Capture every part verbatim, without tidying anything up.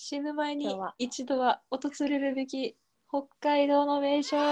死ぬ前に今日は一度は訪れるべき北海道の名所。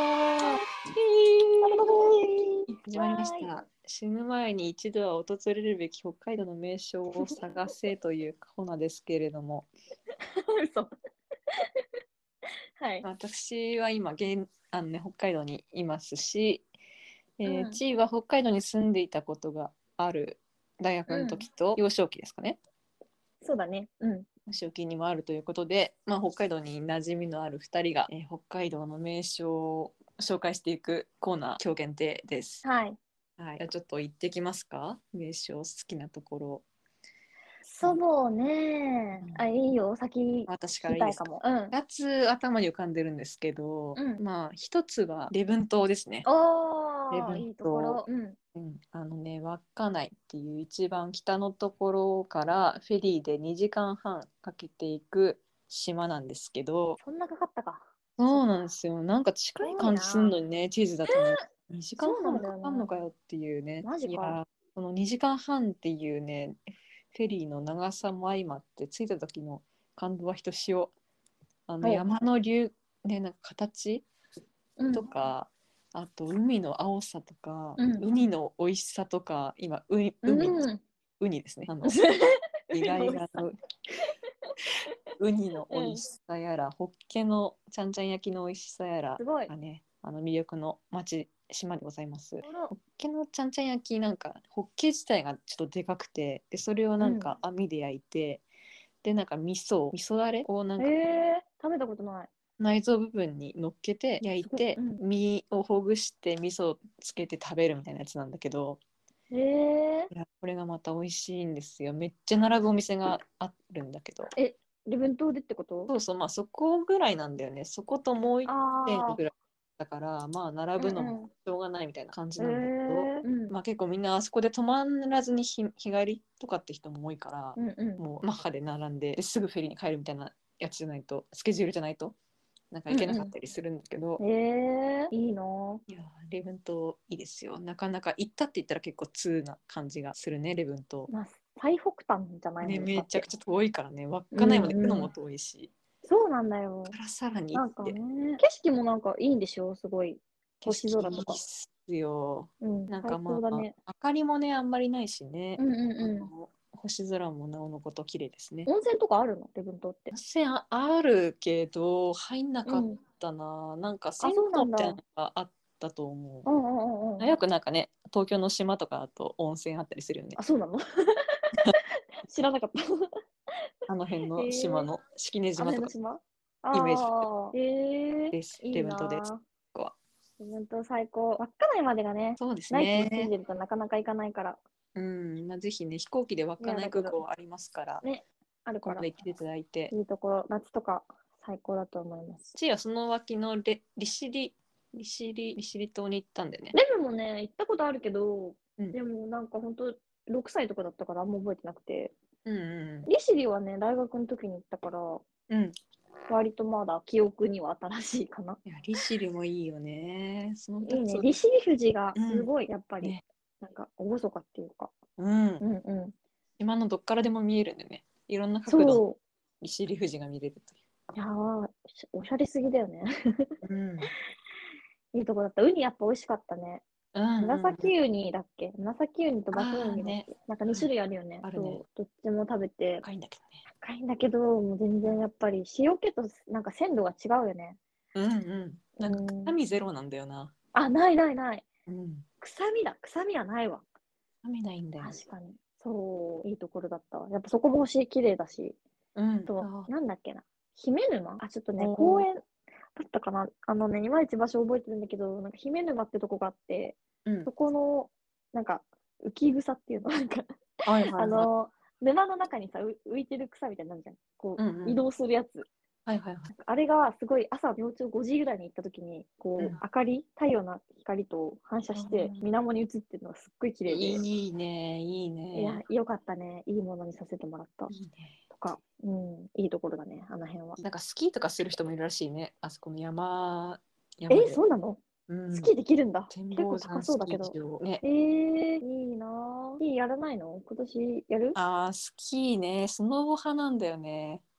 始まりましわーいた。死ぬ前に一度は訪れるべき北海道の名所を探せというコーナーですけれども、 嘘はい、 私は今現あの、ね、北海道にいますし、えーうん地位は北海道に住んでいたことがある大学の時と幼少期ですかね。 そうだね。うん。 幼少期にもあるということで、まあ、北海道に馴染みのあるふたりが、えー北海道の名所を紹介していくコーナー、今日限定です。 はい。 はい、じゃあちょっと行ってきますか。名所好きなところ。 そうね。あ、いいよ。先聞私かきらいいですか。 たいかも。うん。 ふたつ頭に浮かんでるんですけど、 うん。 まあひとつは礼文島ですね。礼おー、 文いいとこ島。 ろ。うん。 うん、あのね、稚内っていう一番北のところからフェリーでにじかんはんかけていく島なんですけど、 そんなかかったか。 そうなんですよ。なんか近い遠い感じすんな。 のにね、地図だとね、2時そう間半もかなんだよね。 かんのかよっていうね。 マジか。 いや、このにじかんはんっていうね、フェリーの長さも相まって着いた時の感動はひとしお。あのお山の流、ね、なんか形うん。 とか、あと海の青さとか、 うん。 ウニの美味しさとか、今ウニ、海、 うん。 ウニですね。あの意外なウニの美味うん。 しさやら、ホッケのちゃんちゃん焼きの美味しさやらすごい。 がね、あの魅力の町島でございます。 ほろホッケのちゃんちゃん焼き、なんかホッケ自体がちょっとでかくて、でそれをなんか網で焼いて、でなんか味噌味噌だれをなんえかー、食べたことない。 内臓部分に乗っけて焼いすごい。 て、 うん。 身をほぐして味噌つけて食べるみたいなやつなんだけど、 えー、 いやこれがまた美味しいんですよ。めっちゃ並ぶお店があるんだけど、 え、礼文島でってこと？ そうそう、まあそこぐらいなんだよね。そこともう一店ああぐらいだから、まあ並ぶのもー、うんしょうがないみたいな感じうん。 なんだけど、 えー、うん。 まあ結構みんなあそこで泊まらずに日、日帰りとかって人も多いから、 うんうもうマッハで並んで、ですぐフェリーに帰るみたいなやつじゃないと、スケジュールじゃないと、なんかん。う行けなかっんたりするんだけど、 うん。えー、いいな。 いやー、礼文島いいですよ。なかなか行ったって言ったら結構通な感じがするね、礼文島。 まあ、最北端じゃないね、 もん、だって。 めちゃくちゃ遠いからね、 う稚内まで行くのもんうん。 遠いし、 そうなんだよ。 からさらに行なんかって、 ね、景色もなんかいいんでしょすごい。 景星色いいっ空とか。 すよ。 うん、最なんかまあ、 高だね。 明かりもね、あんまりないしね、 うんうんあうん。 の星空もなおのこと綺麗ですね。 温泉とかあるの礼文島って。 温泉ああるけど、入んなかっうん。 たな。なんかあ、 銭湯そうなんだ。うんみたいなのがあったと思うんうんうう。 ん。 よくなんかね、東京の島とかだと温泉あったりするよね。 あ、そうなの？知らなかった。 あの辺えの島ー、 の式根あの島とか辺の島。 イメージああ、えー、 です。 いい礼文島です。 なここは。 ぁ。礼文島最高。稚内までがね、 そうです内地に住んね。 でるとなかなか行かないから。 うん、まあ、ぜひね、飛行機で稚内空レアだけど。 港ありますから、 ね、あるから。 今度行っていただいて。 いいところ、夏とか最高だと思います。 ちはその脇のレ利尻、利尻、利尻島に行ったんだよね。 レブもね、行ったことあるけど、 うん、 でもなんかほんとろくさいとかだったからあんま覚えてなくて。 うん、うん。 利尻はね、大学の時に行ったから、 うん。 割とまだ記憶には新しいかな。 いや、利尻もいいよね。その2 いいね。 つを。 利尻富士がうん。 すごい、やっぱり、 ね。 なんか、厳かっていうか。 うん。 うんうん。 今のどっからでも見えるんでね。いろんな角度のそ利尻富士が見れるという。いやー、おしゃれすぎだよね。 う。うん。 いいとこだった。ウニやっぱ美味しかったね。 うん、うん、うん。 紫ウニだっけ？紫ウニとバフンああね。 ウニだっけ？なんかにはい。 種類あるよね。 あるね。 そう。どっちも食べて。 高いんだけどね。 高いんだけど、もう全然やっぱり塩気となんか鮮度が違うよね。 うん、うん。 うなんか臭ん。 みゼロなんだよな。 あ、ないないない。 うん。 臭みだ。臭みはないわ。 臭みないんだよ。 確かに。そう、いいところだったわ。やっぱそこも星綺麗だし。 うん。 と、 あなんだっけな。姫沼あ、ちょっとね、公おー。 園だったかな。あのね、いまいち場所覚えてるんだけど、なんか姫沼ってとこがあって、 うん。 そこの、なんか、浮き草っていうの、なんかはいはいはい。 あの、沼の中にさ、う浮いてる草みたいになるじゃん。こう、 うんうん。 移動するやつ。 はいはいはい。 あれがすごい朝早朝ごじぐらいに行った時に、こう、 うん。 明かり、太陽の光と反射あしてー水面に映ってるのがすっごい綺麗で、 いいね、いいいや、 ね。 よかったね。いいものにさせてもらった。 いいね。 とか、うん、いいところだね、あの辺は。 なんかスキーとかする人もいるらしいね。あそこの山、山え、 で。 そうなの？ うん。 スキーできるんだ。 展結構高望山スそうだけど。 キー場。ね。 えー、いいなぁ。スキーやらないの？今年やる？ ああ、スキーね。スノボ派なんだよね。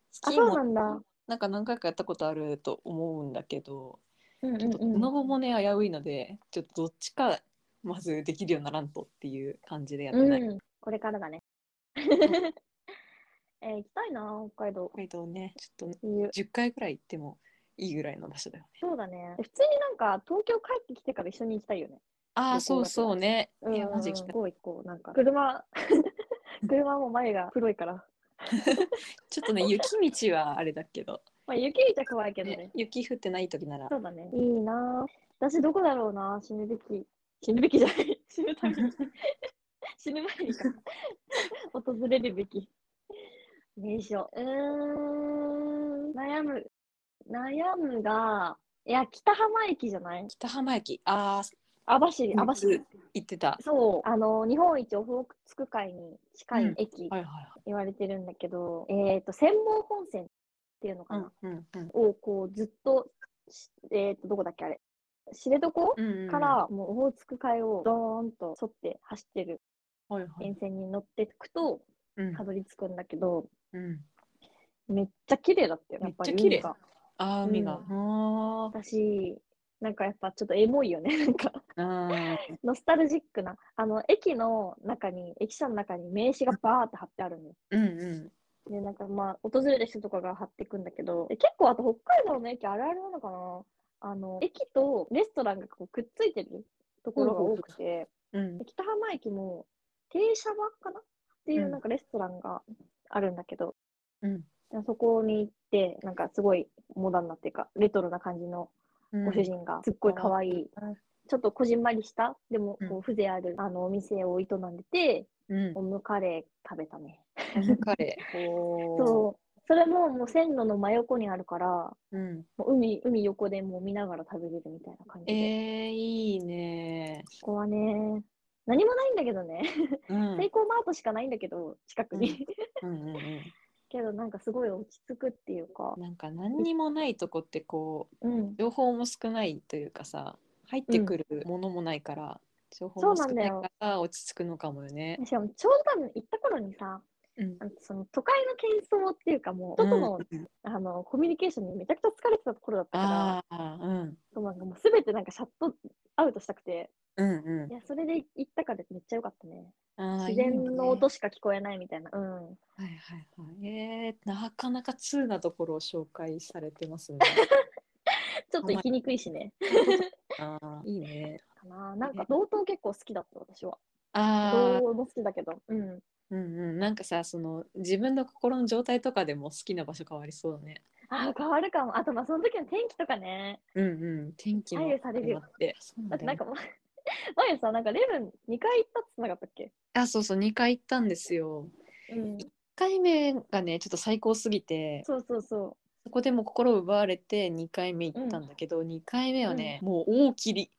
あ、 スキーもそうなんだ。 なんか何回かやったことあると思うんだけど、 うんうんちょっとスうん。 ノボもね危ういので、ちょっとどっちかまずできるようにならんとっていう感じでやってない。 うん、これからだね。 そうえー行きたいな、北海道。 北海道ね、ちょっと冬。 じゅっかいぐらい行ってもいいぐらいの場所だよね。 そうだね。普通になんか東京帰ってきてから一緒に行きたいよね。 ああ、そう旅行がてら。 そうね。 うんいや、マジうんうん。 行きたい。 こう行こう。なんか、車、車も前が黒いから。 ちょっとね、雪道はあれだけど、 まあ雪じゃ怖いけどね、 ね。 雪降ってない時なら。 そうだね。いいなぁ。私どこだろうな、死ぬべき。死ぬべきじゃない。死ぬために。死ぬ前にか。訪れるべき。名所。うーん、悩む。悩むが、いや、北浜駅じゃない？ 北浜駅、ああ、 網走、網走。 行ってた。 そう、あの、日本一オホーツク海に近うんい駅はいはいはい。 言われてるんだけど、えっと、千毛本線っていうのかな、 うんうんうんを、こう、ずっと、しえっと、どこだっけあれ。知床うんうんうん。 から、もうオホーツク海をドーンと沿って走ってるはいはい。 沿線に乗っていくと、 うんたどり着くんだけど、 うん。 めっちゃ綺麗だったよ、やめっっぱちゃ綺麗。 り海が。 ああ、海が。 うん。 あ私、なんかやっぱちょっとエモいよね。なんか、 あ。ああ。 ノスタルジックな。あの、駅の中に、駅舎の中に名刺がバーって貼ってあるのよ。 うんうで、なんかまあ、訪れる人とかが貼っていくんだけど、で結構あと北海道の駅あるあるなのかな、あの、駅とレストランがこうくっついてるところが多くて、 ん。うんで北浜駅も停車場かなっていうなんかレストランがあるんだけど、 うんそこに行って、なんかすごいモダンなっていうか、レトロな感じのうん。 ご主人がすっごい可愛い、ちょっとこじんまりした、でもこう風情あるあのお店を営んでて、 うん。 オムカレー食べたね。 オムカレー。おー。 そう。それももう線路の真横にあるから、 うん。 もう海、海横でもう見ながら食べれるみたいな感えじで。 ー、いいね。 ここはね、何もないんだけどね。 うんセイコーマートしかないんだけど、近くうんに。 うんうんうん。 けどなんかすごい落ち着くっていうか、 なんか何にもないとこってこううん、 情報も少ないというかさ、入ってくるものもないから、情報そうも少ないなんだよ。 から落ち着くのかもよね。 しかもちょうど多分行った頃にさ、 うんあのその都会の喧騒っていうかもう人とうんの、あのコミュニケーションにめちゃくちゃ疲れてたところだったから、 ああうんそうなんかもう全てなんかシャットアウトしたくて、 うんうんいや、それで行ったからめっちゃ良かったね。自ああいい然のね。 音しか聞こえないみたいな。うん。 はいはいはい。えー、なかなか通なところを紹介されてますね。 ちょっと行きにくいしね。 ああいいね。 かな。なんかえ道東結構好きだった、私は。 ああ道も好きだけど。うん。 うんうんなんかさその自分の心の状態とかでも好きな場所変わりそうだね。 あ、変わるかも。あと、まあ、その時の天気とかね。 うんうん天気左も右されるよ。 相まって。そうなんだよね。 だってなんかもう、前さ、なんかレブンにかい行ったってなかったっけ？ あそうそうにかい行ったんですよ。 うん。 いっかいめがねちょっと最高すぎてそうそうそそこでもう心を奪われてにかいめ行う。うん。 ったんだけど、にかいめはうん。 ねもう大霧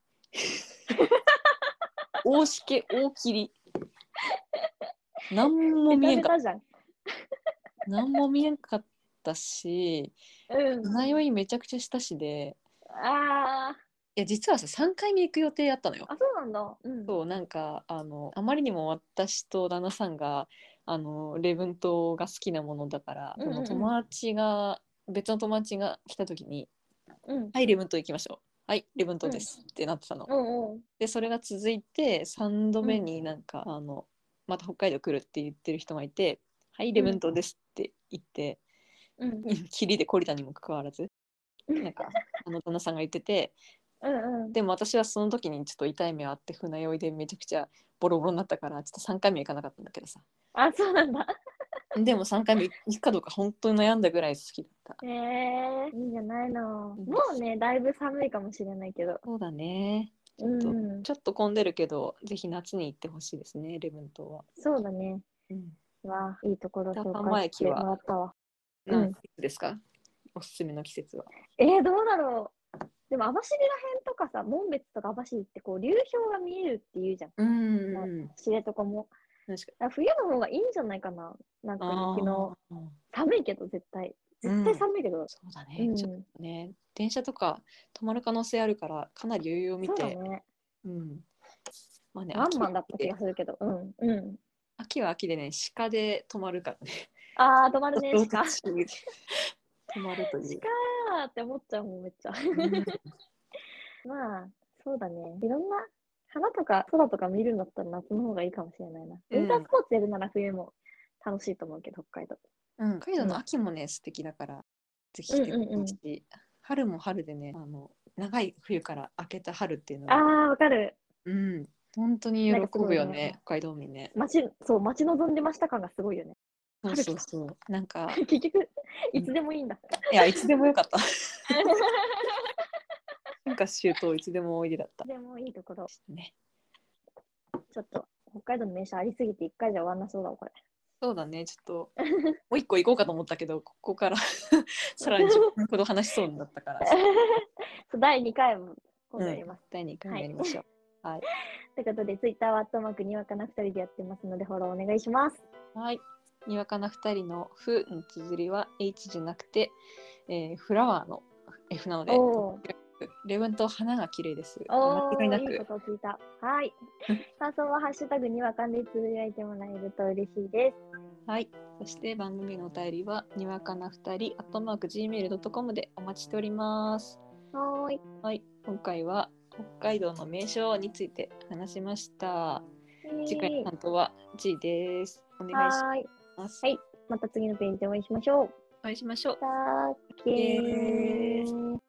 大しけ大霧何もベ見えんかタベタじゃん。 何も見えんかったしうん。 船酔いめちゃくちゃしたしで、 ああ。 いや実はささんかいめ行く予定やったのよ。 あ、そうなんだ。うん。 そうなんかあのあまりにも私と旦那さんがあの礼文島が好きなものだから、 うんうんうん。 その友達が別の友達が来た時にうん。 はい礼文島行きましょうはい礼文島うん。 ですってなってたの。 うんうん。 でそれが続いてさんどめうん。 になんか、あのまた北海道来るって言ってる人がいてはい礼文うん。 島ですって言ってうん。 霧で懲りたにもかかわらずなんかあの旦那さんが言ってて、 うんうん。 でも私はその時にちょっと痛い目あって船酔いでめちゃくちゃボロボロになったからちょっとさんかいめ行かなかったんだけどさ、 あ、そうなんだ。 でもさんかいめ行くかどうか本当に悩んだぐらい好きだった。 ええー、いいんじゃないの。 いいもうね、だいぶ寒いかもしれないけど。 そうだねちょっと、 うん。 ちょっと混んでるけどぜひ夏に行ってほしいですね礼文島は。 そうだね。 うんわあ、いいところ北紹介して浜駅はもらったわ。う何ん。 季節ですか、おすすめの季節は。 えー、どうだろう。でも網走らへんとかさ、紋別とか網走ってこう流氷が見えるって言うじゃん。 うんまあ、 うん知床も。 確かに。 あ、冬の方がいいんじゃないかな。なんか雪の。 ああ寒いけど、絶対。絶対寒いけど。 そうだうね、ちょっん。 とね電車とか止まる可能性あるからかなり余裕を見て、 そうだね。 うんまあねワン秋はマンだった気がするけど。うん。うん。 秋は秋でね鹿で止まるからねあー、止まるね、 衝鹿。 突して止まるという。 鹿って思っちゃうもん、めっちゃ。 うんまあ、そうだね。いろんな花とか空とか見るんだったら夏の方がいいかもしれないな。ウィンタースポーツやるなら冬も楽しいと思うけど、北海道。 うん、北海道うんの秋もね、素敵だから、ぜひうん来てほうんうん。 しいし、春も春でね、あの長い冬から明けた春っていうのあは、 ー、わかる。 うん、本当に喜なんかすごいね。 ぶよね、北海道民ね。 待ち、そう、待ち望んでました感がすごいよね。 そう春来た。 そうそう。なんか、 結局、いうんつでもいいんだ。 いや、いつでもよかった。春夏秋冬、いつでもおいでだった。 でもいいところ。 ね、 ちょっと、北海道の名所ありすぎて一回じゃ終わんなそうだわ、これ。 そうだね、ちょっと、もう一個行こうかと思ったけど、ここからさらにじゅっぷんほど話しそうになったから、 そうだいにかいも今うん、 度やります。 だいにかいはい。 もやりましょう。はい。 ということで、ツイッターはアットマークにわかなふたりでやってますので、フォローお願いします。 はい。にわかなふたりのふの綴りは H じゃなくて、えーフラワーの F なので、 おー。 礼文と花が綺麗です。 おー、 間違いないく。 いことを聞いた。はい。感想はハッシュタグにわかんでつぶやいてもらえると嬉しいです。 はい。そして番組のお便りはにわかなふたりアットマーク ジーメールドットコム でお待ちしております。 はーい。 はい。今回は北海道の名所について話しました。次回の担当は G です。お願いしはーい。 ます。 はい。また次のページでお会いしましょう。 お会いしましょう。 さーけイエーイー。